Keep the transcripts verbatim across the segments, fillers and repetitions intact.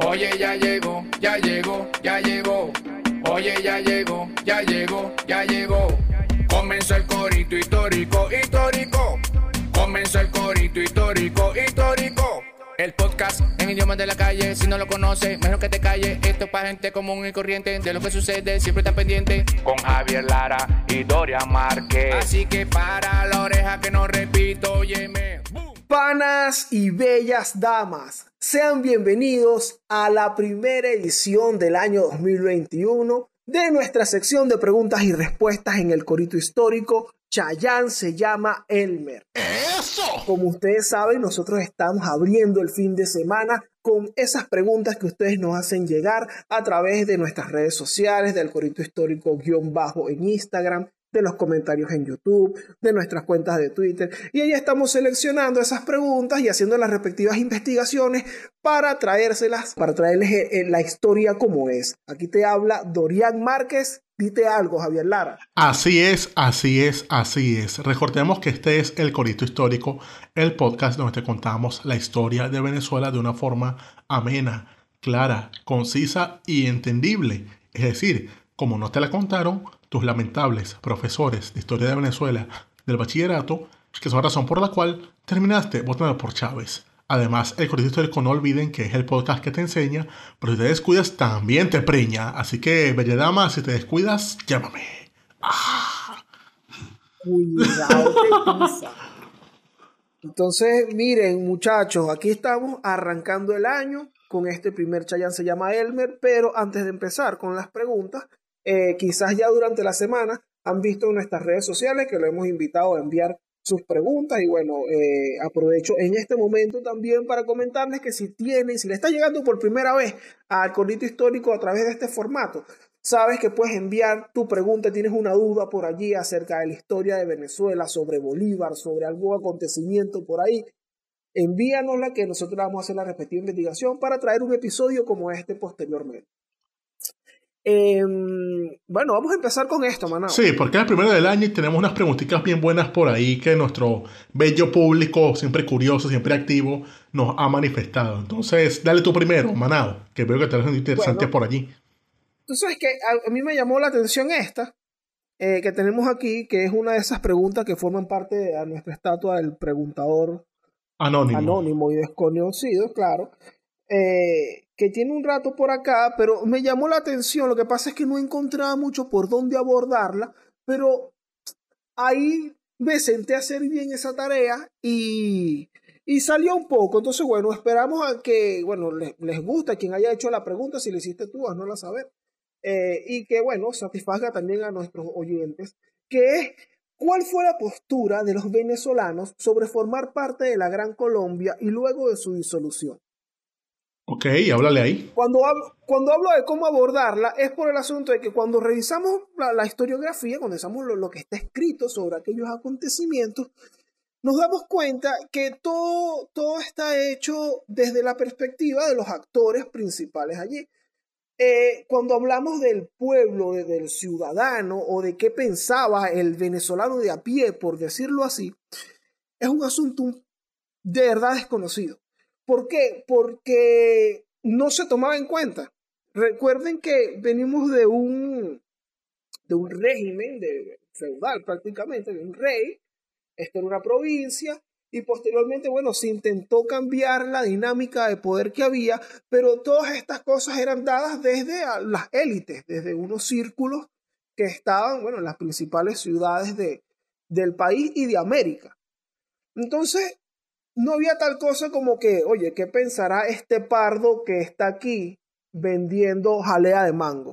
Oye, ya llegó, ya llegó, ya llegó. Oye, ya llegó, ya llegó, ya llegó. Comenzó el corito histórico, histórico. Comenzó el corito histórico, histórico. El podcast en idiomas de la calle, si no lo conoces, mejor que te calles. Esto es para gente común y corriente, de lo que sucede, siempre está pendiente. Con Javier Lara y Dorian Márquez. Así que para la oreja que no repito, óyeme. Panas y bellas damas, sean bienvenidos a la primera edición del año dos mil veintiuno de nuestra sección de preguntas y respuestas en el corito histórico. Chayanne se llama Elmer. ¡Eso! Como ustedes saben, nosotros estamos abriendo el fin de semana con esas preguntas que ustedes nos hacen llegar a través de nuestras redes sociales, del corito histórico guión bajo en Instagram, de los comentarios en YouTube, de nuestras cuentas de Twitter. Y ahí estamos seleccionando esas preguntas y haciendo las respectivas investigaciones para traérselas, para traerles la historia como es. Aquí te habla Dorian Márquez. Dite algo, Javier Lara. Así es, así es, así es. Recordemos que este es el Corito Histórico, el podcast donde te contamos la historia de Venezuela de una forma amena, clara, concisa y entendible. Es decir, como no te la contaron tus lamentables profesores de historia de Venezuela del bachillerato, que es la razón por la cual terminaste votando por Chávez. Además, el Corito Histórico, no olviden que es el podcast que te enseña, pero si te descuidas también te preña. Así que, bella dama, si te descuidas, llámame. ¡Ah! Cuidado, te pisa. Entonces, miren, muchachos, aquí estamos arrancando el año con este primer Chayanne se llama Elmer, pero antes de empezar con las preguntas, eh, quizás ya durante la semana han visto en nuestras redes sociales que lo hemos invitado a enviar sus preguntas y bueno, eh, aprovecho en este momento también para comentarles que si tienen, si le está llegando por primera vez al Corito Histórico a través de este formato, sabes que puedes enviar tu pregunta, tienes una duda por allí acerca de la historia de Venezuela, sobre Bolívar, sobre algún acontecimiento por ahí, envíanosla que nosotros vamos a hacer la respectiva investigación para traer un episodio como este posteriormente. Eh, bueno, vamos a empezar con esto, Manao. Sí, porque es el primero del año y tenemos unas preguntitas bien buenas por ahí que nuestro bello público, siempre curioso, siempre activo, nos ha manifestado. Entonces, dale tú primero, Manao, que veo que te lo interesante bueno, por allí. Tú sabes que a, a mí me llamó la atención esta, eh, que tenemos aquí, que es una de esas preguntas que forman parte de nuestra estatua del preguntador anónimo, anónimo y desconocido, claro. Eh, que tiene un rato por acá, pero me llamó la atención. Lo que pasa es que no encontraba mucho por dónde abordarla, pero ahí me senté a hacer bien esa tarea y, y salió un poco. Entonces, bueno, esperamos a que, bueno, les, les guste a quien haya hecho la pregunta. Si le hiciste tú, haznosla saber. Eh, y que, bueno, satisfaga también a nuestros oyentes, que es: ¿cuál fue la postura de los venezolanos sobre formar parte de la Gran Colombia y luego de su disolución? Ok, háblale ahí. Cuando hablo, cuando hablo de cómo abordarla, es por el asunto de que cuando revisamos la, la historiografía, cuando revisamos lo, lo que está escrito sobre aquellos acontecimientos, nos damos cuenta que todo, todo está hecho desde la perspectiva de los actores principales allí. Eh, cuando hablamos del pueblo, de, del ciudadano, o de qué pensaba el venezolano de a pie, por decirlo así, es un asunto de verdad desconocido. ¿Por qué? Porque no se tomaba en cuenta. Recuerden que venimos de un, de un régimen de, feudal prácticamente, de un rey. Esto era una provincia y posteriormente, bueno, se intentó cambiar la dinámica de poder que había, pero todas estas cosas eran dadas desde las élites, desde unos círculos que estaban, bueno, en las principales ciudades de, del país y de América. Entonces, no había tal cosa como que, oye, ¿qué pensará este pardo que está aquí vendiendo jalea de mango?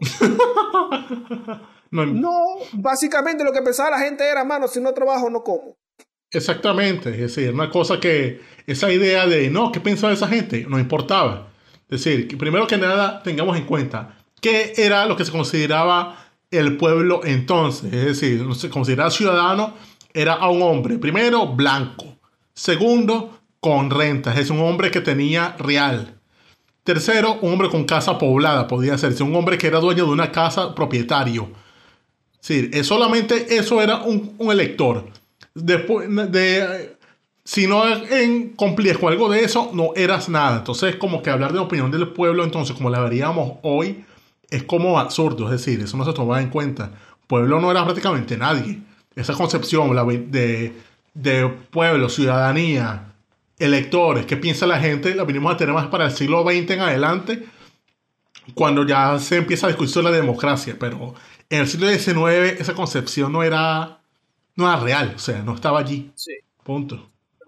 no, no, básicamente lo que pensaba la gente era, mano, si no trabajo no como. Exactamente, es decir, una cosa que, esa idea de, no, ¿qué pensaba esa gente? No importaba. Es decir, que primero que nada tengamos en cuenta qué era lo que se consideraba el pueblo entonces. Es decir, no se consideraba ciudadano, era a un hombre, primero, blanco. Segundo, con rentas, es un hombre que tenía real. Tercero, un hombre con casa poblada, podía ser, un hombre que era dueño de una casa, propietario. Sí, es solamente eso era un, un elector. Después de, si no en, cumplías con algo de eso, no eras nada. Entonces, como que hablar de la opinión del pueblo, entonces, como la veríamos hoy, es como absurdo. Es decir, eso no se tomaba en cuenta. Pueblo no era prácticamente nadie. Esa concepción la de, de pueblo, ciudadanía, electores, qué piensa la gente, la venimos a tener más para el siglo veinte en adelante, cuando ya se empieza a discutir sobre la democracia. Pero en el siglo diecinueve esa concepción no era, no era real, o sea, no estaba allí. Sí. Punto.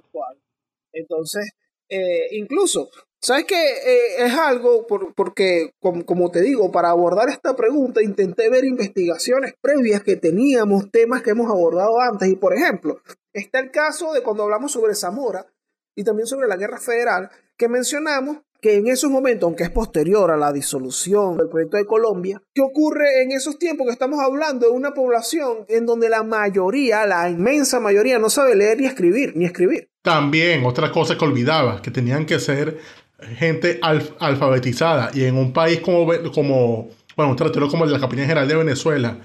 Entonces, eh, incluso, ¿sabes qué? Eh, es algo, por, porque, como, como te digo, para abordar esta pregunta, intenté ver investigaciones previas que teníamos, temas que hemos abordado antes, y por ejemplo, está el caso de cuando hablamos sobre Zamora y también sobre la Guerra Federal, que mencionamos que en esos momentos, aunque es posterior a la disolución del proyecto de Colombia, ¿qué ocurre en esos tiempos que estamos hablando de una población en donde la mayoría, la inmensa mayoría, no sabe leer ni escribir, ni escribir? También, otra cosa que olvidaba, que tenían que ser gente alf alfabetizada. Y en un país como, como bueno, un territorio como la Capitanía General de Venezuela,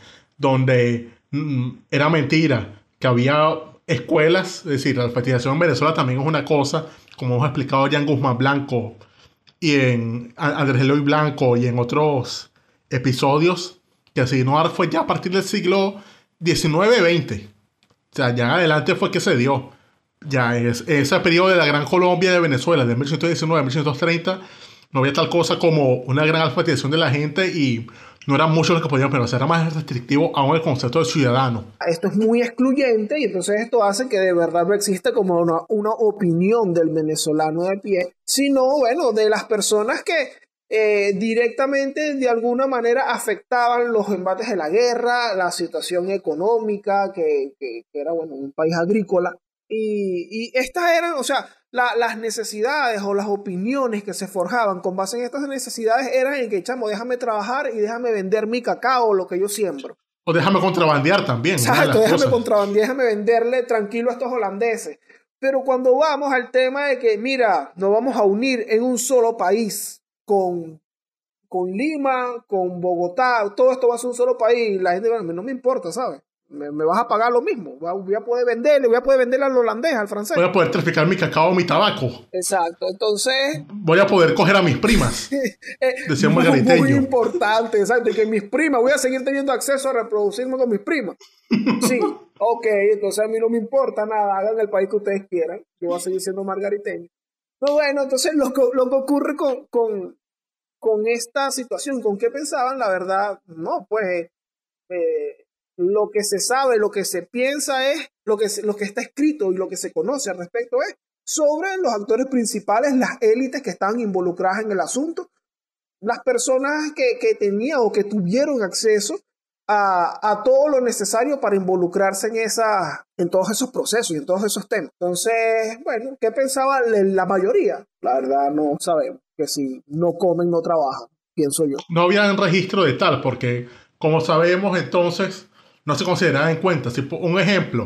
donde mm, era mentira que había escuelas, es decir, la alfabetización en Venezuela también es una cosa, como hemos explicado ya en Guzmán Blanco y en Andrés Eloy Blanco y en otros episodios, que así no fue ya a partir del siglo diecinueve veinte. O sea, ya en adelante fue que se dio. Ya es ese periodo de la Gran Colombia de Venezuela, de mil ochocientos diecinueve a mil ochocientos treinta, no había tal cosa como una gran alfabetización de la gente y no eran muchos los que podían, pero era más restrictivo aún el concepto de ciudadano. Esto es muy excluyente y entonces esto hace que de verdad no exista como una, una opinión del venezolano de pie, sino, bueno, de las personas que eh, directamente de alguna manera afectaban los embates de la guerra, la situación económica, que, que, que era, bueno, un país agrícola. Y, y estas eran, o sea, la, las necesidades o las opiniones que se forjaban con base en estas necesidades eran en que, chamo, déjame trabajar y déjame vender mi cacao, lo que yo siembro. O déjame contrabandear también. Exacto, déjame contrabandear, déjame venderle tranquilo a estos holandeses. Pero cuando vamos al tema de que, mira, nos vamos a unir en un solo país con, con Lima, con Bogotá, todo esto va a ser un solo país, la gente, bueno, no me importa, ¿sabes? Me, me vas a pagar lo mismo. Voy a poder venderle, voy a poder venderle al holandés, al francés. Voy a poder traficar mi cacao, mi tabaco. Exacto, entonces... Voy a poder coger a mis primas. Decía un margariteño. Muy importante, exacto. Y que mis primas, voy a seguir teniendo acceso a reproducirme con mis primas. Sí, ok, entonces a mí no me importa nada. Hagan el país que ustedes quieran. Yo voy a seguir siendo margariteño. Pero bueno, entonces lo que, lo que ocurre con, con, con esta situación, ¿con qué pensaban? La verdad, no, pues... Eh, lo que se sabe, lo que se piensa es, lo que, se, lo que está escrito y lo que se conoce al respecto es sobre los actores principales, las élites que estaban involucradas en el asunto, las personas que, que tenían o que tuvieron acceso a, a todo lo necesario para involucrarse en, esa, en todos esos procesos y en todos esos temas. Entonces, bueno, ¿qué pensaba la mayoría? La verdad no sabemos, que si no comen, no trabajan, pienso yo. No había un registro de tal, porque como sabemos entonces... no se consideraba en cuenta. Si, un ejemplo,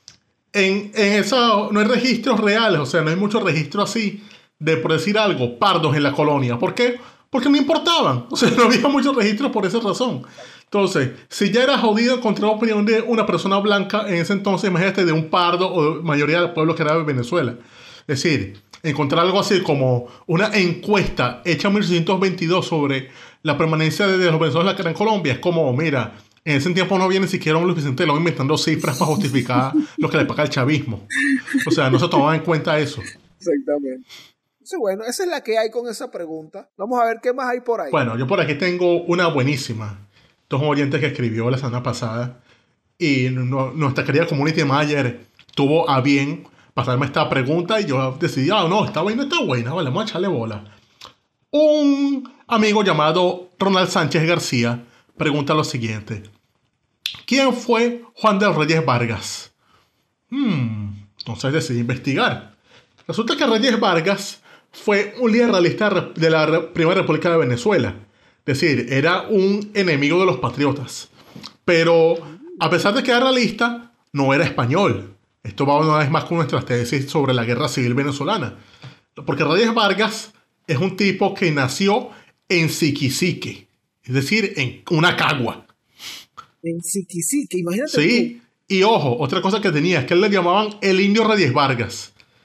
en, en eso no hay registros reales, o sea, no hay muchos registros así de, por decir algo, pardos en la colonia. ¿Por qué? Porque no importaban. O sea, no había muchos registros por esa razón. Entonces, si ya era jodido encontrar opinión de una persona blanca en ese entonces, imagínate de un pardo o de mayoría del pueblo que era de Venezuela. Es decir, encontrar algo así como una encuesta hecha en mil ochocientos veintidós sobre la permanencia de los venezolanos en Colombia es como, mira... en ese tiempo no había ni siquiera un Luis Vicente López inventando cifras para justificar lo que le paga el chavismo. O sea, no se tomaba en cuenta eso. Exactamente. Entonces, bueno, esa es la que hay con esa pregunta. Vamos a ver qué más hay por ahí. Bueno, yo por aquí tengo una buenísima. Dos oyentes que escribió la semana pasada. Y no, nuestra querida community manager tuvo a bien pasarme esta pregunta. Y yo decidí, ah, no, esta buena, está buena. Vale, vamos a echarle bola. Un amigo llamado Ronald Sánchez García pregunta lo siguiente. ¿Quién fue Juan de los Reyes Vargas? Hmm, entonces decidí investigar. Resulta que Reyes Vargas fue un líder realista de la Primera República de Venezuela. Es decir, era un enemigo de los patriotas. Pero a pesar de que era realista, no era español. Esto va una vez más con nuestras tesis sobre la guerra civil venezolana. Porque Reyes Vargas es un tipo que nació en Siquisique. Es decir, en una cagua. En Siquisique, imagínate. Sí, tú. Y ojo, otra cosa que tenía es que él le llamaban el Indio Reyes Vargas.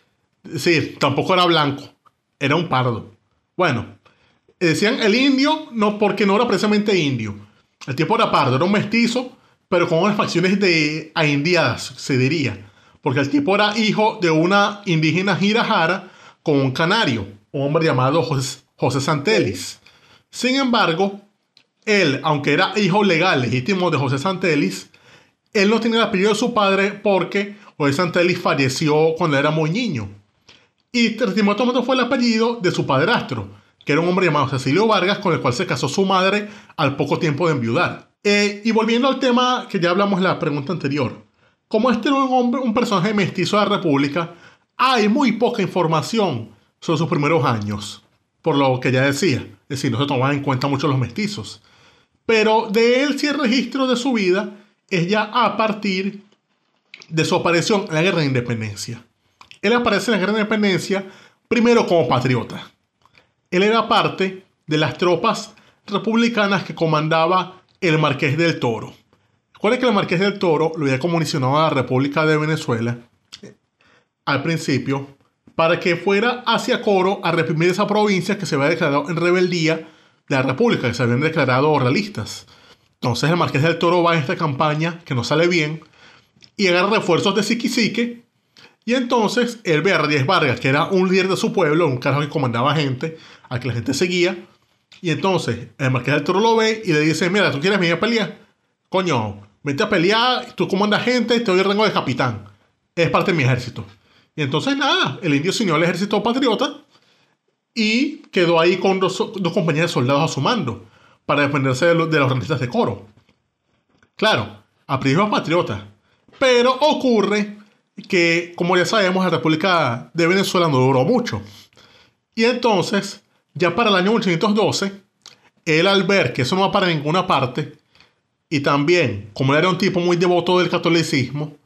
Sí, tampoco era blanco, era un pardo. Bueno, decían el indio, no porque no era precisamente indio. El tipo era pardo, era un mestizo, pero con unas facciones de aindiadas, se diría. Porque el tipo era hijo de una indígena jirajara con un canario, un hombre llamado José, José Santelis. Sin embargo, él, aunque era hijo legal, legítimo de José Santelis, él no tenía el apellido de su padre porque José Santelis falleció cuando era muy niño. Y terminó tomando fue el apellido de su padrastro, que era un hombre llamado Cecilio Vargas, con el cual se casó su madre al poco tiempo de enviudar. Eh, y volviendo al tema que ya hablamos en la pregunta anterior, como este era un hombre, un personaje mestizo de la República, hay muy poca información sobre sus primeros años, por lo que ya decía, es decir, no se tomaban en cuenta mucho los mestizos. Pero de él sí el registro de su vida es ya a partir de su aparición en la Guerra de Independencia. Él aparece en la Guerra de Independencia primero como patriota. Él era parte de las tropas republicanas que comandaba el Marqués del Toro. Recuerden que el Marqués del Toro lo había comisionado a la República de Venezuela eh, al principio para que fuera hacia Coro a reprimir esa provincia que se había declarado en rebeldía de la República, que se habían declarado realistas. Entonces el Marqués del Toro va en esta campaña que no sale bien y agarra refuerzos de Siquisique. Y entonces él ve a Reyes Vargas, que era un líder de su pueblo, un carajo que comandaba gente, a que la gente seguía. Y entonces el Marqués del Toro lo ve y le dice, mira, ¿tú quieres venir a pelear? Coño, vete a pelear, tú comandas gente, te doy el rango de capitán. Es parte de mi ejército. Y entonces nada, el indio se unió al ejército patriota y quedó ahí con dos, dos compañías de soldados a su mando para defenderse de, lo, de los realistas de Coro. Claro, a principio patriota. Pero ocurre que, como ya sabemos, la República de Venezuela no duró mucho. Y entonces, ya para el año mil ochocientos doce, él al ver que eso no va para ninguna parte, y también, como él era un tipo muy devoto del catolicismo,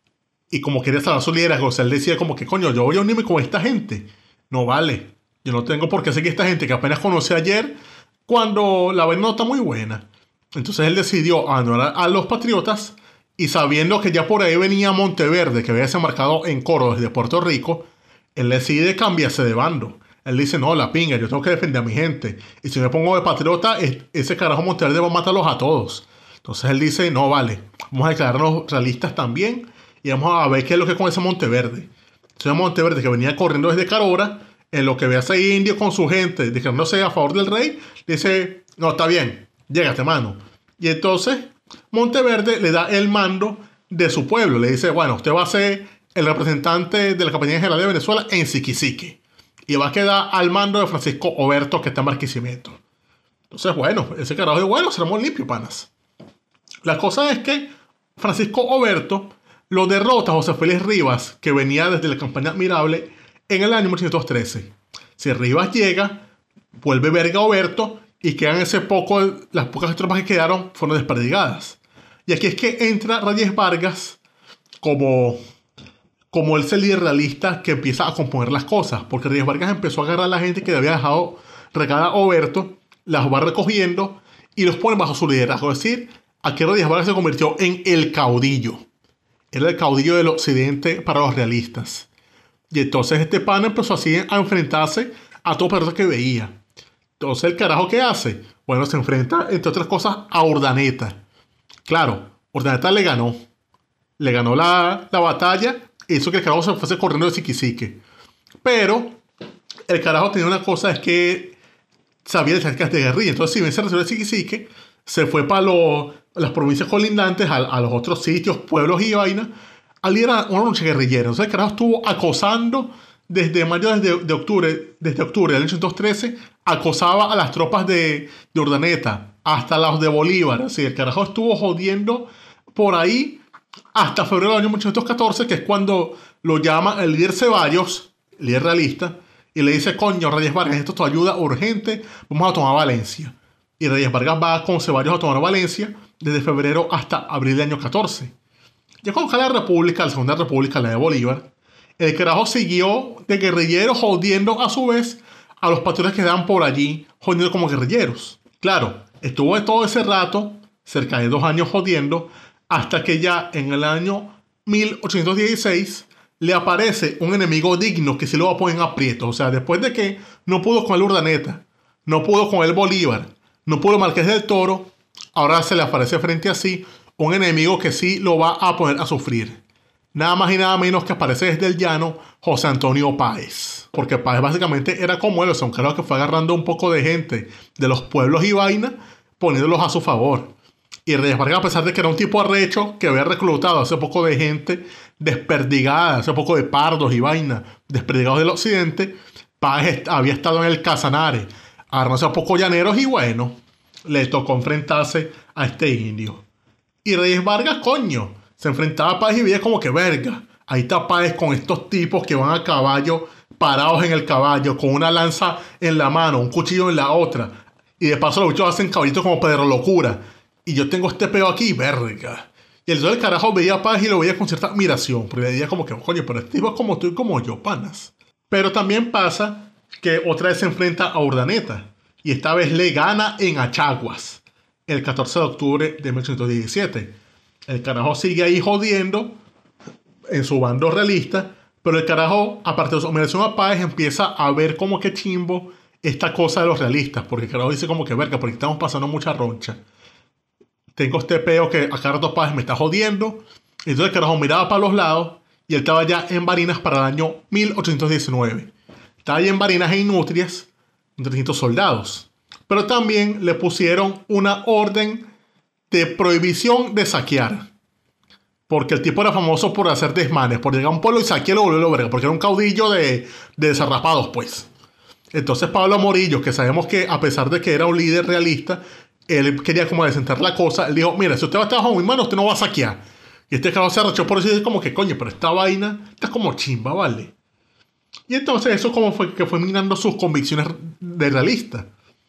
y como quería salvar su liderazgo, o sea, él decía como que, coño, yo voy a unirme con esta gente. No vale, yo no tengo por qué seguir a esta gente que apenas conocí ayer, cuando la vaina no está muy buena. Entonces él decidió abandonar a los patriotas, y sabiendo que ya por ahí venía Monteverde, que había desembarcado en Coro desde Puerto Rico, él decide cambiarse de bando. Él dice, no, la pinga, yo tengo que defender a mi gente. Y si me pongo de patriota, ese carajo Monteverde va a matarlos a todos. Entonces él dice, no, vale, vamos a declararnos realistas también y vamos a ver qué es lo que es con ese Monteverde. Entonces Monteverde, que venía corriendo desde Carora, en lo que ve a ese indio con su gente, declarándose a favor del rey, dice, no, está bien, llégate, mano. Y entonces Monteverde le da el mando de su pueblo. Le dice, bueno, usted va a ser el representante de la Compañía General de Venezuela en Siquisique. Y va a quedar al mando de Francisco Oberto, que está en Barquisimeto. Entonces, bueno, ese carajo de bueno, seremos limpios, panas. La cosa es que Francisco Oberto lo derrota a José Félix Rivas, que venía desde la campaña Admirable, en el año mil ochocientos trece. Si Rivas llega, vuelve verga Oberto, y quedan ese poco, las pocas tropas que quedaron fueron desperdigadas. Y aquí es que entra Reyes Vargas como, como el líder realista que empieza a componer las cosas. Porque Reyes Vargas empezó a agarrar a la gente que había dejado regada a Oberto, las va recogiendo y los pone bajo su liderazgo. Es decir, aquí Reyes Vargas se convirtió en el caudillo. Era el caudillo del occidente para los realistas. Y entonces este pana empezó así a enfrentarse a todo personas que veía. Entonces, ¿el carajo qué hace? Bueno, se enfrenta, entre otras cosas, a Urdaneta. Claro, Urdaneta le ganó. Le ganó la, la batalla e hizo que el carajo se fuese corriendo de Siquisique. Pero el carajo tenía una cosa, es que sabía de tácticas de guerrilla. Entonces, si bien se resolvió de Siquisique, se fue para los, las provincias colindantes, a, a los otros sitios, pueblos y vainas, a liderar una lucha guerrillera. Entonces, el carajo estuvo acosando desde mayo desde, de octubre, desde octubre del mil ochocientos trece, acosaba a las tropas de, de Urdaneta, hasta las de Bolívar. Así, el carajo estuvo jodiendo por ahí hasta febrero del año mil ochocientos catorce, que es cuando lo llama el líder Ceballos, líder realista, y le dice, coño, Reyes Vargas, esto es tu ayuda urgente, vamos a tomar Valencia. Y Reyes Vargas va con Ceballos a tomar Valencia desde febrero hasta abril del año catorce. Ya cuando cae la República, la Segunda República, la de Bolívar, el carajo siguió de guerrillero jodiendo a su vez a los patriotas que quedaban por allí jodiendo como guerrilleros. Claro, estuvo todo ese rato, cerca de dos años jodiendo, hasta que ya en el año mil ochocientos dieciséis le aparece un enemigo digno que se lo va a poner en aprietos. O sea, después de que no pudo con el Urdaneta, no pudo con el Bolívar, no pudo el Marqués del Toro, ahora se le aparece frente a sí un enemigo que sí lo va a poner a sufrir. Nada más y nada menos que aparece desde el llano José Antonio Páez. Porque Páez básicamente era como él, o sea, un carajo que fue agarrando un poco de gente de los pueblos y vaina, poniéndolos a su favor. Y Reyes Vargas, a pesar de que era un tipo arrecho que había reclutado hace poco de gente desperdigada, hace poco de pardos y vaina, desperdigados del occidente, Páez había estado en el Casanare, armándose a pocos llaneros y bueno, le tocó enfrentarse a este indio. Y Reyes Vargas, coño, se enfrentaba a Páez y veía como que verga. Ahí está Páez con estos tipos que van a caballo, parados en el caballo, con una lanza en la mano, un cuchillo en la otra. Y de paso los bichos hacen caballitos como Pedro Locura. Y yo tengo este peo aquí, verga. Y el del carajo veía a Páez y lo veía con cierta admiración. Porque veía como que, coño, pero este tipo es como tú y como yo, panas. Pero también pasa que otra vez se enfrenta a Urdaneta. Y esta vez le gana en Achaguas. El catorce de octubre de mil ochocientos diecisiete. El carajo sigue ahí jodiendo en su bando realista, pero el carajo, aparte de su admiración a Páez, empieza a ver como que chimbo esta cosa de los realistas, porque el carajo dice como que verga, porque estamos pasando mucha roncha. Tengo este peo que a cada rato Páez me está jodiendo. Entonces el carajo miraba para los lados y él estaba ya en Barinas para el año mil ochocientos diecinueve. Estaba ya en Barinas e Inutrias, trescientos soldados. Pero también le pusieron una orden de prohibición de saquear. Porque el tipo era famoso por hacer desmanes, por llegar a un pueblo y saquearlo y volverlo verga, porque era un caudillo de, de desarrapados, pues. Entonces Pablo Morillo, que sabemos que a pesar de que era un líder realista, él quería como desentar la cosa. Él dijo, mira, si usted va a estar bajo mi mano, usted no va a saquear. Y este carajo se arrechó por eso y dice como que, coño, pero esta vaina está como chimba, ¿vale? Y entonces eso como fue que fue minando sus convicciones de realista.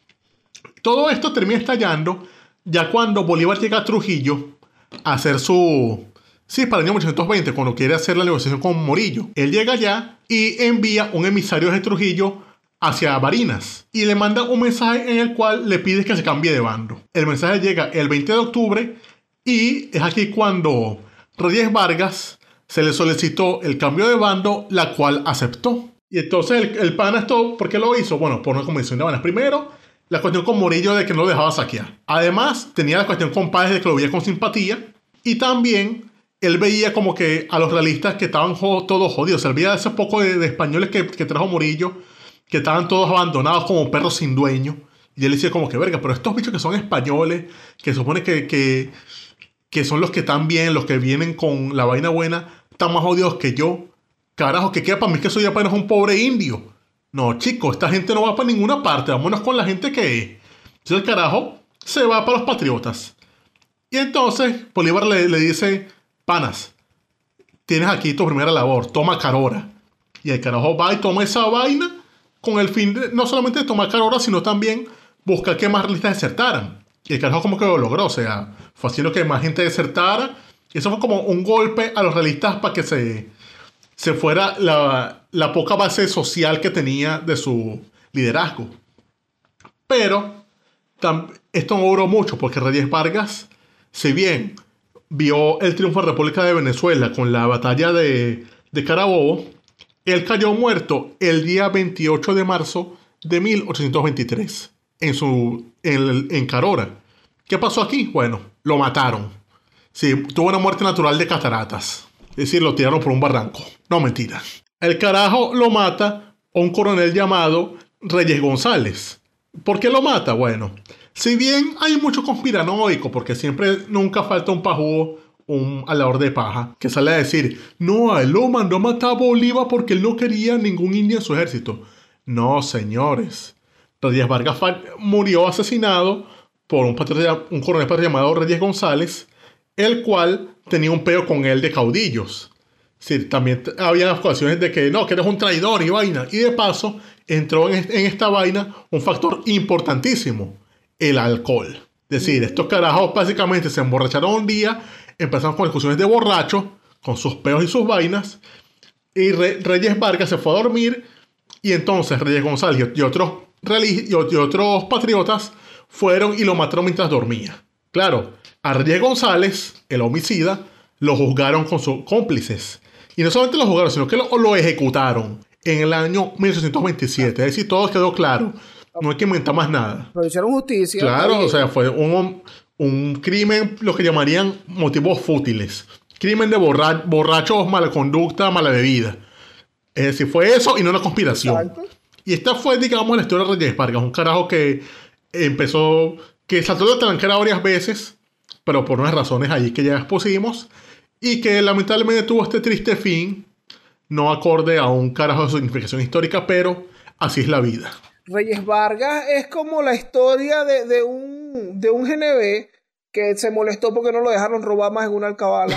Todo esto termina estallando ya cuando Bolívar llega a Trujillo a hacer su... Sí, para el año mil ochocientos veinte, cuando quiere hacer la negociación con Morillo. Él llega allá y envía un emisario de Trujillo hacia Barinas. Y le manda un mensaje en el cual le pide que se cambie de bando. El mensaje llega el veinte de octubre y es aquí cuando Reyes Vargas se le solicitó el cambio de bando, la cual aceptó. Y entonces el, el pana esto, ¿por qué lo hizo? Bueno, por una convención de vanas. Primero, la cuestión con Morillo de que no lo dejaba saquear. Además, tenía la cuestión con Páez de que lo veía con simpatía. Y también él veía como que a los realistas que estaban jo- todos jodidos. Él veía ese poco de, de españoles que, que trajo Morillo, que estaban todos abandonados como perros sin dueño. Y él decía como que, verga, pero estos bichos que son españoles, que se supone que, que, que son los que están bien, los que vienen con la vaina buena, están más jodidos que yo. Carajo, que queda para mí que soy apenas un pobre indio. No, chicos, esta gente no va para ninguna parte. Vámonos con la gente que es. Entonces el carajo se va para los patriotas. Y entonces Bolívar le, le dice, panas, tienes aquí tu primera labor, toma Carora. Y el carajo va y toma esa vaina con el fin de no solamente de tomar Carora, sino también buscar que más realistas desertaran. Y el carajo como que lo logró, o sea, fue haciendo que más gente desertara. Y eso fue como un golpe a los realistas para que se, se fuera la, la poca base social que tenía de su liderazgo. Pero tam, esto no duró mucho, porque Reyes Vargas, si bien vio el triunfo de la República de Venezuela con la batalla de, de Carabobo, él cayó muerto el día veintiocho de marzo de mil ochocientos veintitrés en, su, en, en Carora. ¿Qué pasó aquí? Bueno, lo mataron. Sí, tuvo una muerte natural de cataratas. Es decir, lo tiraron por un barranco. No, mentira. El carajo lo mata a un coronel llamado Reyes González. ¿Por qué lo mata? Bueno, si bien hay mucho conspiranoico, porque siempre nunca falta un pajugo, un alador de paja, que sale a decir, no, a él lo mandó a matar a Bolívar porque él no quería ningún indio en su ejército. No, señores. Reyes Vargas murió asesinado por un, patriota, un coronel patriota llamado Reyes González, el cual tenía un peo con él de caudillos. Sí, también había ocasiones de que no, que eres un traidor y vaina. Y de paso, entró en, en esta vaina un factor importantísimo, el alcohol. Es decir, estos carajos básicamente se emborracharon un día, empezaron con discusiones de borrachos, con sus peos y sus vainas, y Re, Reyes Vargas se fue a dormir, y entonces Reyes González y otros, y otros patriotas fueron y lo mataron mientras dormía. Claro, a Reyes González, el homicida, lo juzgaron con sus cómplices, Y no solamente lo jugaron, sino que lo, lo ejecutaron en el año mil ochocientos veintisiete. Es decir, todo quedó claro. No hay que inventar más nada. Pero hicieron justicia. Claro, o sea, fue un, un crimen, lo que llamarían motivos fútiles. Crimen de borra borrachos, mala conducta, mala bebida. Es decir, fue eso y no una conspiración. Exacto. Y esta fue, digamos, la historia de Reyes Vargas. Un carajo que empezó, que saltó de tranquera varias veces, pero por unas razones ahí que ya expusimos, y que lamentablemente tuvo este triste fin, no acorde a un carajo de significación histórica, pero así es la vida. Reyes Vargas es como la historia de, de, un, de un G N B que se molestó porque no lo dejaron robar más en una alcabala.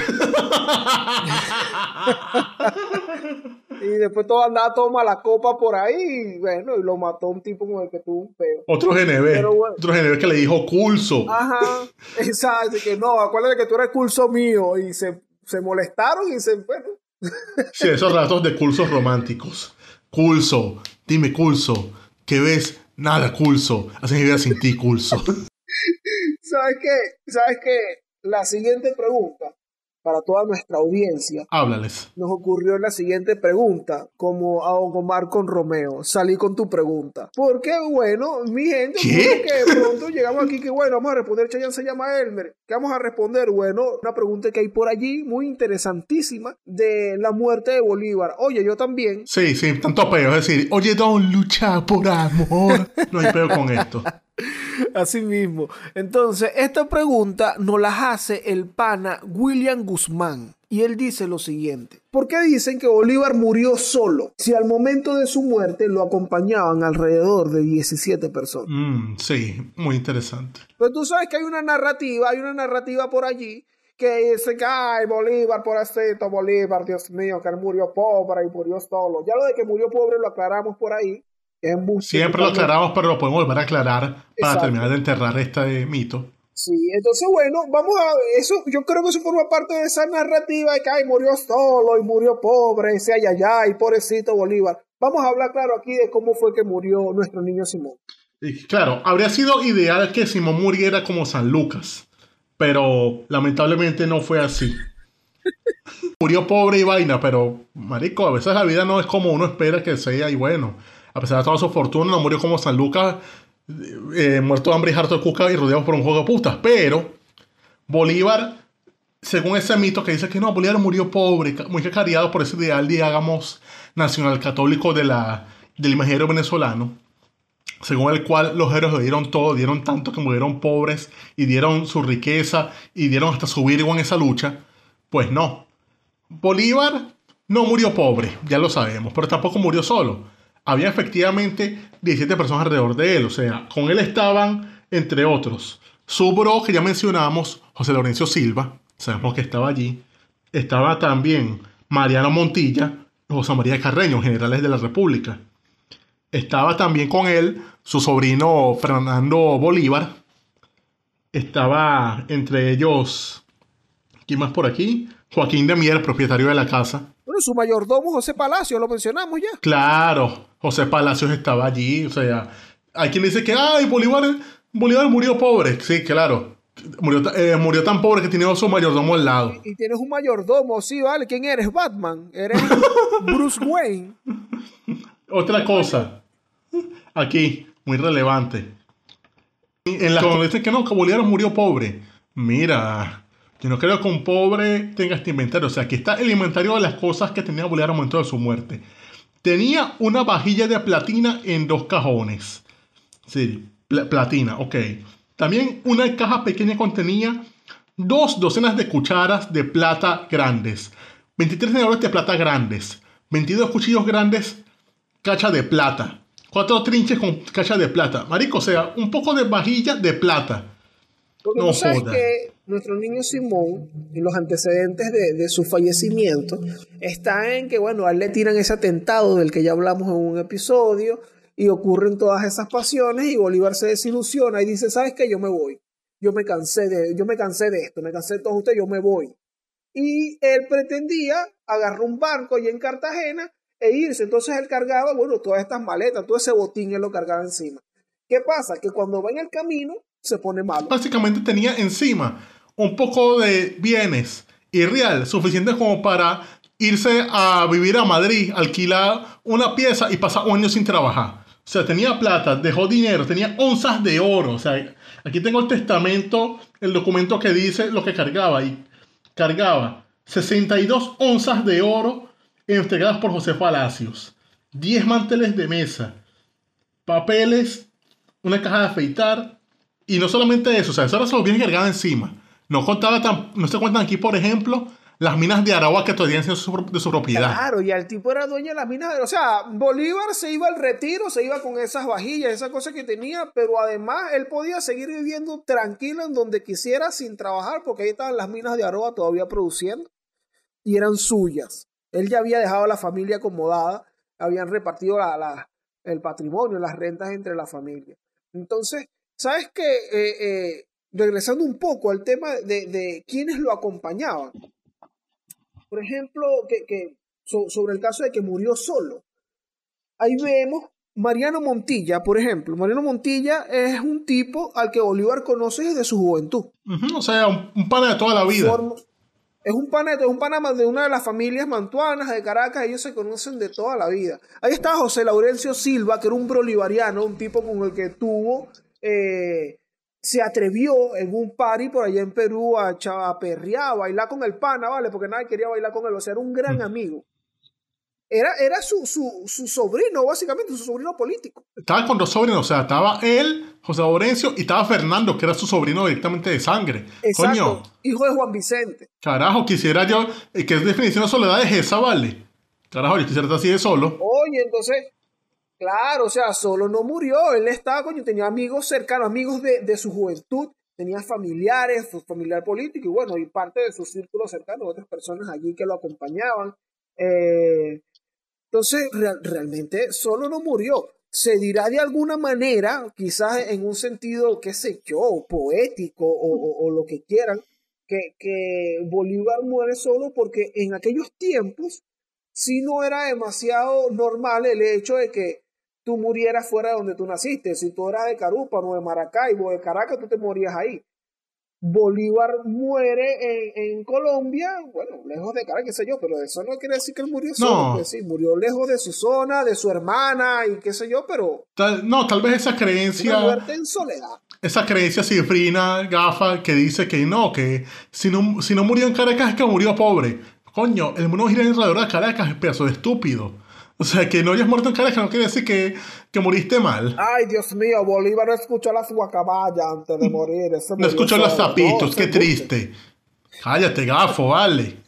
Y después todo andaba, toma la copa por ahí, y bueno, y lo mató un tipo con el que tuvo un peo. Otro G N B, bueno, otro G N B que le dijo Culso. Ajá, exacto, que no, acuérdate que tú eres Culso mío, y se, se molestaron y se, bueno. Sí, esos ratos de cursos románticos. Culso, dime Culso, ¿qué ves? Nada, Culso, hace mi vida sin ti, Culso. ¿Sabes qué? ¿Sabes qué? La siguiente pregunta, para toda nuestra audiencia. Háblales. Nos ocurrió la siguiente pregunta, como a Omar con Romeo. Salí con tu pregunta. Porque, bueno, mi gente, ¿qué? Que pronto llegamos aquí, que bueno, vamos a responder. Chayanne se llama Elmer. ¿Qué vamos a responder? Bueno, una pregunta que hay por allí, muy interesantísima, de la muerte de Bolívar. Oye, yo también. Sí, sí, tanto peo. Es decir, oye, don, lucha por amor. No hay peo con esto. Así mismo. Entonces, esta pregunta nos la hace el pana William Guzmán. Y él dice lo siguiente. ¿Por qué dicen que Bolívar murió solo si al momento de su muerte lo acompañaban alrededor de diecisiete personas? Mm, sí, muy interesante. Pero tú sabes que hay una narrativa, hay una narrativa por allí que dice que, ay, Bolívar, pobrecito, Bolívar, Dios mío, que él murió pobre y murió solo. Ya lo de que murió pobre lo aclaramos por ahí. Siempre lo aclaramos, pero lo podemos volver a aclarar para Exacto. terminar de enterrar este mito. Sí, entonces bueno, vamos a eso, yo creo que eso forma parte de esa narrativa de que ay, murió solo y murió pobre, ese ay, ay, ay, pobrecito Bolívar. Vamos a hablar claro aquí de cómo fue que murió nuestro niño Simón. Y claro, habría sido ideal que Simón muriera como San Lucas, pero lamentablemente no fue así. Murió pobre y vaina, pero marico, a veces la vida no es como uno espera que sea y bueno. A pesar de toda su fortuna, no murió como San Lucas, eh, muerto de hambre y harto de cuca y rodeado por un juego de putas. Pero Bolívar, según ese mito que dice que no, Bolívar murió pobre, muy cacariado por ese ideal, digamos, nacional católico de la, del imaginario venezolano, según el cual los héroes lo dieron todo, dieron tanto que murieron pobres y dieron su riqueza y dieron hasta su vida en esa lucha. Pues no. Bolívar no murió pobre, ya lo sabemos, pero tampoco murió solo. Había efectivamente diecisiete personas alrededor de él. O sea, con él estaban, entre otros, su bro, que ya mencionamos, José Lorenzo Silva. Sabemos que estaba allí. Estaba también Mariano Montilla y José María Carreño, generales de la República. Estaba también con él su sobrino Fernando Bolívar. Estaba entre ellos, ¿quién más por aquí? Joaquín de Mier, propietario de la casa. Bueno, su mayordomo José Palacios, lo mencionamos ya. Claro, José Palacios estaba allí. O sea, hay quien dice que ay, Bolívar, Bolívar murió pobre. Sí, claro. Murió, eh, murió tan pobre que tenía su mayordomo al lado. Y, y tienes un mayordomo, sí, vale. ¿Quién eres? Batman. Eres Bruce Wayne. Otra cosa. Aquí, muy relevante. En la cuando dicen que no, que Bolívar murió pobre. Mira, yo no creo que un pobre tenga este inventario. O sea, aquí está el inventario de las cosas que tenía Bolívar al momento de su muerte. Tenía una vajilla de platina en dos cajones. Sí, pl platina, ok. También una caja pequeña contenía dos docenas de cucharas de plata grandes. veintitrés tenedores de plata grandes. veintidós cuchillos grandes, cacha de plata. Cuatro trinches con cacha de plata. Marico, o sea, un poco de vajilla de plata. Porque no, tú sabes joda. Que nuestro niño Simón, y los antecedentes de, de su fallecimiento, están en que, bueno, a él le tiran ese atentado del que ya hablamos en un episodio, y ocurren todas esas pasiones, y Bolívar se desilusiona y dice, ¿sabes qué? Yo me voy. Yo me cansé de, yo me cansé de esto, me cansé de todos ustedes, yo me voy. Y él pretendía agarrar un barco allá en Cartagena e irse. Entonces él cargaba, bueno, todas estas maletas, todo ese botín él lo cargaba encima. ¿Qué pasa? Que cuando va en el camino, se pone malo. Básicamente tenía encima un poco de bienes y real suficientes como para irse a vivir a Madrid, alquilar una pieza y pasar un año sin trabajar. O sea, tenía plata, dejó dinero, tenía onzas de oro. O sea, aquí tengo el testamento, el documento que dice lo que cargaba. Y cargaba sesenta y dos onzas de oro entregadas por José Palacios, diez manteles de mesa, papeles, una caja de afeitar. Y no solamente eso, o sea, eso era solo bien cargado encima. No, contaba tan, no se cuentan aquí, por ejemplo, las minas de Aragua que todavía son de su, de su propiedad. Claro, y el tipo era dueño de las minas. De, o sea, Bolívar se iba al retiro, se iba con esas vajillas, esas cosas que tenía, pero además él podía seguir viviendo tranquilo en donde quisiera sin trabajar, porque ahí estaban las minas de Aragua todavía produciendo y eran suyas. Él ya había dejado a la familia acomodada, habían repartido la, la, el patrimonio, las rentas entre la familia. Entonces, ¿sabes qué? Eh, eh, regresando un poco al tema de, de quiénes lo acompañaban. Por ejemplo, que, que so, sobre el caso de que murió solo. Ahí vemos Mariano Montilla, por ejemplo. Mariano Montilla es un tipo al que Bolívar conoce desde su juventud. Uh-huh, o sea, un, un pana de toda la vida. Forma, es un pana, es un pana de una de las familias mantuanas de Caracas. Ellos se conocen de toda la vida. Ahí está José Laurencio Silva, que era un bolivariano, un tipo con el que tuvo... Eh, se atrevió en un party por allá en Perú a, a perrear, a bailar con el pana, ¿vale? Porque nadie quería bailar con él, o sea, era un gran amigo. Era, era su, su, su sobrino, básicamente, su sobrino político. Estaba con dos sobrinos, o sea, estaba él, José Laurencio, y estaba Fernando, que era su sobrino directamente de sangre. Exacto, Coño, hijo de Juan Vicente. Carajo, quisiera yo, que es definición de soledad es esa, ¿vale? Carajo, yo quisiera estar así de solo. Oye, entonces... Claro, o sea, solo no murió, él estaba, coño, tenía amigos cercanos, amigos de, de su juventud, tenía familiares, su familiar político y bueno, y parte de su círculo cercano, otras personas allí que lo acompañaban. Eh, entonces, real, realmente solo no murió. Se dirá de alguna manera, quizás en un sentido, qué sé yo, poético o, o, o lo que quieran, que, que Bolívar muere solo porque en aquellos tiempos sí no era demasiado normal el hecho de que tú murieras fuera de donde tú naciste. Si tú eras de Carúpano, de Maracaibo, de Caracas, tú te morías ahí. Bolívar muere en, en Colombia, bueno, lejos de Caracas, qué sé yo, pero eso no quiere decir que él murió solo, no. Pues sí, murió lejos de su zona, de su hermana y qué sé yo, pero... Tal, no, tal vez esa creencia... Una muerte en soledad. Esa creencia cifrina, gafa, que dice que no, que si no, si no murió en Caracas es que murió pobre. Coño, el mundo gira alrededor de Caracas, es pedazo de estúpido. O sea, que no hayas muerto en Caracas no quiere decir que, que moriste mal. Ay, Dios mío, Bolívar no escuchó las guacabayas antes de morir. No escuchó los zapitos, no, qué triste. Cállate, gafo, vale.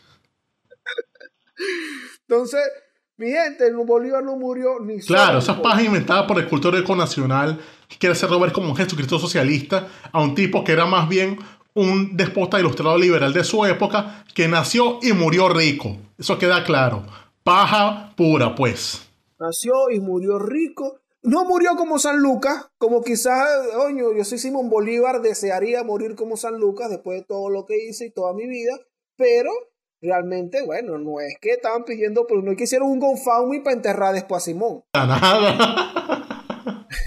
Entonces, mi gente, Bolívar no murió ni Claro, esas páginas inventadas por el cultor econacional que quiere hacerlo ver como un Jesucristo socialista a un tipo que era más bien un déspota ilustrado liberal de su época que nació y murió rico. Eso queda claro. Paja pura, pues. Nació y murió rico. No murió como San Lucas, como quizás, oño, yo soy Simón Bolívar, desearía morir como San Lucas después de todo lo que hice y toda mi vida, pero realmente, bueno, no es que estaban pidiendo, pero no es que hicieron un GoFundMe para enterrar después a Simón. Nada.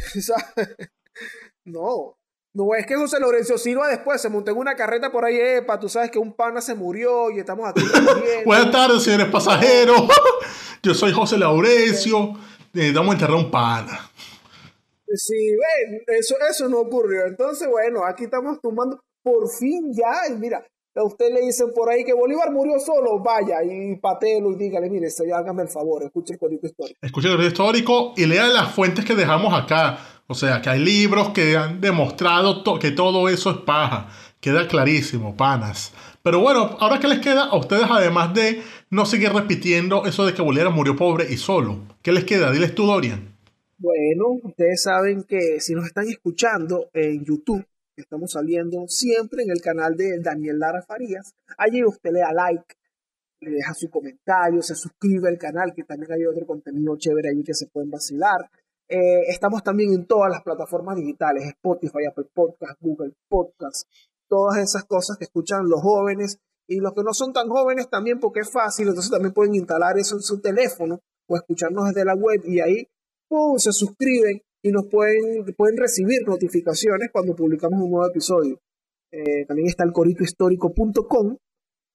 No. No es que José Laurencio Silva después se montó en una carreta por ahí, epa, tú sabes que un pana se murió y estamos aquí. Buenas tardes, señores pasajeros. Yo soy José Laurencio. Necesitamos enterrar un pana. Sí, ven, eso, eso no ocurrió. Entonces, bueno, aquí estamos tumbando por fin ya. Y mira, a usted le dicen por ahí que Bolívar murió solo, vaya y patelo y dígale, mire, hágame el favor, escuche el corito histórico. Escuche el corito histórico y lea las fuentes que dejamos acá. O sea, que hay libros que han demostrado to- que todo eso es paja. Queda clarísimo, panas. Pero bueno, ahora ¿qué les queda a ustedes además de no seguir repitiendo eso de que Bolívar murió pobre y solo? ¿Qué les queda? Diles tú, Dorian. Bueno, ustedes saben que si nos están escuchando en YouTube, estamos saliendo siempre en el canal de Daniel Lara Farías. Allí usted le da like, le deja su comentario, se suscribe al canal, que también hay otro contenido chévere ahí que se pueden vacilar. Eh, estamos también en todas las plataformas digitales, Spotify, Apple Podcast, Google Podcast, todas esas cosas que escuchan los jóvenes y los que no son tan jóvenes también porque es fácil, entonces también pueden instalar eso en su teléfono o escucharnos desde la web y ahí ¡pum!, se suscriben y nos pueden, pueden recibir notificaciones cuando publicamos un nuevo episodio. Eh, también está el corito histórico punto com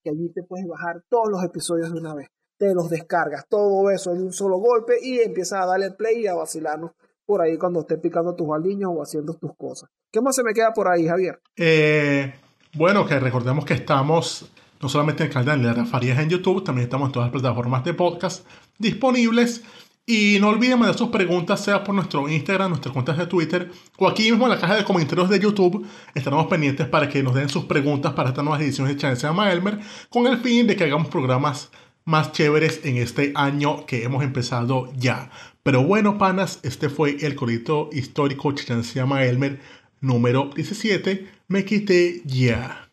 que allí te puedes bajar todos los episodios de una vez. Te los descargas, todo eso de un solo golpe y empiezas a darle play y a vacilarnos por ahí cuando estés picando tus baldiños o haciendo tus cosas. ¿Qué más se me queda por ahí, Javier? Eh, bueno, que recordemos que estamos no solamente en el canal de Lara Farías en YouTube, también estamos en todas las plataformas de podcast disponibles. Y no olviden mandar sus preguntas, sea por nuestro Instagram, nuestras cuentas de Twitter, o aquí mismo en la caja de comentarios de YouTube. Estaremos pendientes para que nos den sus preguntas para estas nuevas ediciones de Chance se llama Elmer, con el fin de que hagamos programas más chéveres en este año que hemos empezado ya. Pero bueno, panas, este fue el corito histórico Chance se llama Elmer número diecisiete. Me quité ya.